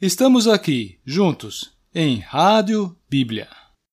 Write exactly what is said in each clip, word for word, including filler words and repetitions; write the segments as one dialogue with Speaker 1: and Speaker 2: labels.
Speaker 1: Estamos aqui, juntos, em Rádio Bíblia.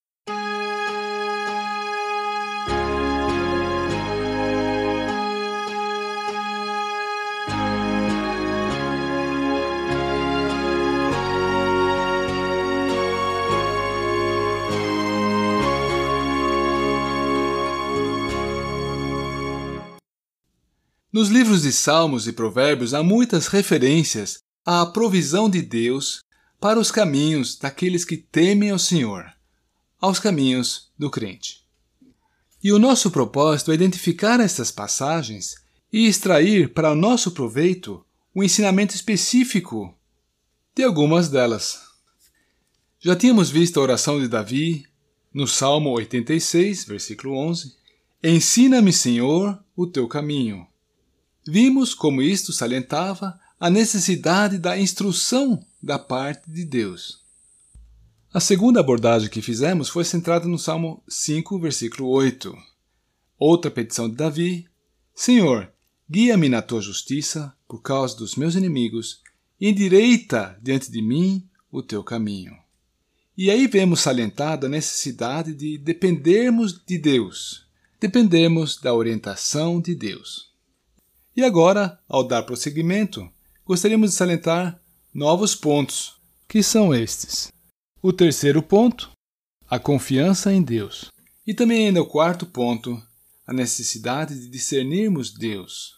Speaker 1: Nos livros de Salmos e Provérbios há muitas referências à provisão de Deus para os caminhos daqueles que temem ao Senhor, aos caminhos do crente. E o nosso propósito é identificar estas passagens e extrair para o nosso proveito o ensinamento específico de algumas delas. Já tínhamos visto a oração de Davi no Salmo oitenta e seis, versículo onze: Ensina-me, Senhor, o teu caminho. Vimos como isto salientava a necessidade da instrução da parte de Deus. A segunda abordagem que fizemos foi centrada no Salmo cinco, versículo oito. Outra petição de Davi: Senhor, guia-me na tua justiça por causa dos meus inimigos e endireita diante de mim o teu caminho. E aí vemos salientada a necessidade de dependermos de Deus, dependermos da orientação de Deus. E agora, ao dar prosseguimento, gostaríamos de salientar novos pontos, que são estes. O terceiro ponto, a confiança em Deus. E também ainda o quarto ponto, a necessidade de discernirmos Deus.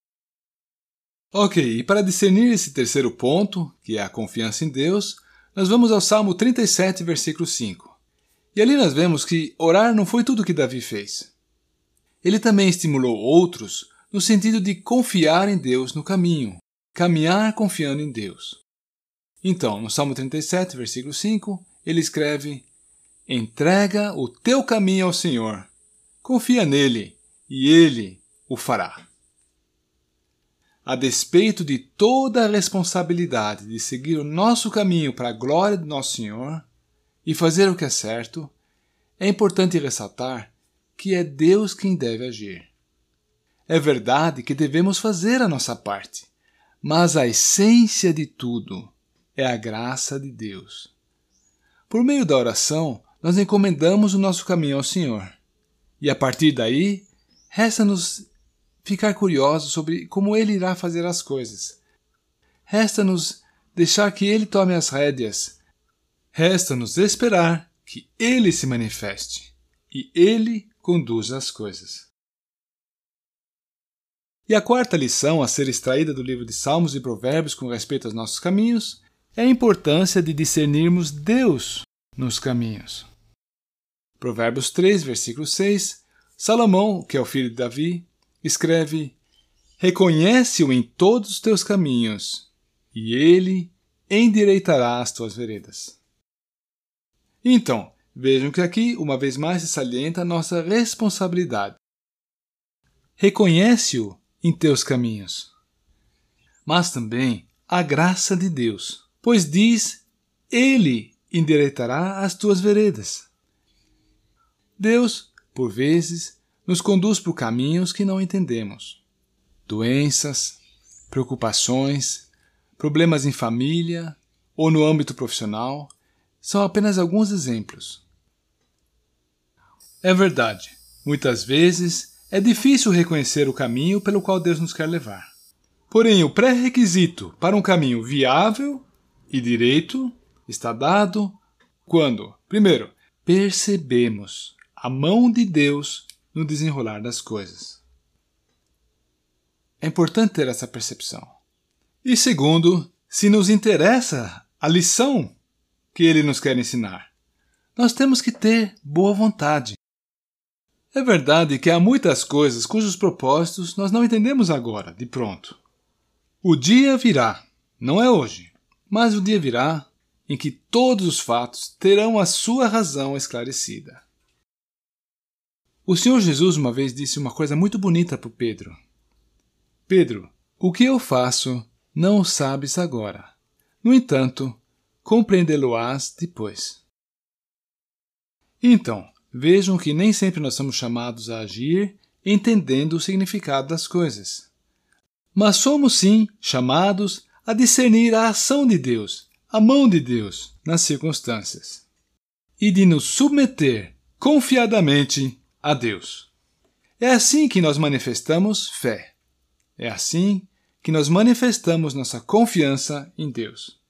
Speaker 1: Ok, e para discernir esse terceiro ponto, que é a confiança em Deus, nós vamos ao Salmo trinta e sete, versículo cinco. E ali nós vemos que orar não foi tudo o que Davi fez. Ele também estimulou outros no sentido de confiar em Deus no caminho, caminhar confiando em Deus. Então, no Salmo trinta e sete, versículo cinco, ele escreve: Entrega o teu caminho ao Senhor, confia nele, e ele o fará. A despeito de toda a responsabilidade de seguir o nosso caminho para a glória do nosso Senhor e fazer o que é certo, é importante ressaltar que é Deus quem deve agir. É verdade que devemos fazer a nossa parte, mas a essência de tudo é a graça de Deus. Por meio da oração, nós encomendamos o nosso caminho ao Senhor. E a partir daí, resta-nos ficar curiosos sobre como Ele irá fazer as coisas. Resta-nos deixar que Ele tome as rédeas. Resta-nos esperar que Ele se manifeste e Ele conduza as coisas. E a quarta lição a ser extraída do livro de Salmos e Provérbios com respeito aos nossos caminhos é a importância de discernirmos Deus nos caminhos. Provérbios três, versículo seis, Salomão, que é o filho de Davi, escreve: Reconhece-o em todos os teus caminhos, e ele endireitará as tuas veredas. Então, vejam que aqui, uma vez mais, se salienta a nossa responsabilidade. Reconhece-o em teus caminhos, mas também a graça de Deus, pois diz, Ele endireitará as tuas veredas. Deus, por vezes, nos conduz por caminhos que não entendemos. Doenças, preocupações, problemas em família ou no âmbito profissional são apenas alguns exemplos. É verdade, muitas vezes é difícil reconhecer o caminho pelo qual Deus nos quer levar. Porém, o pré-requisito para um caminho viável e direito está dado quando, primeiro, percebemos a mão de Deus no desenrolar das coisas. É importante ter essa percepção. E segundo, se nos interessa a lição que Ele nos quer ensinar, nós temos que ter boa vontade. É verdade que há muitas coisas cujos propósitos nós não entendemos agora, de pronto. O dia virá, não é hoje, mas o dia virá em que todos os fatos terão a sua razão esclarecida. O Senhor Jesus uma vez disse uma coisa muito bonita para Pedro. Pedro, o que eu faço não o sabes agora. No entanto, compreendê-lo-ás depois. Então, vejam que nem sempre nós somos chamados a agir entendendo o significado das coisas. Mas somos sim chamados a discernir a ação de Deus, a mão de Deus nas circunstâncias e de nos submeter confiadamente a Deus. É assim que nós manifestamos fé. É assim que nós manifestamos nossa confiança em Deus.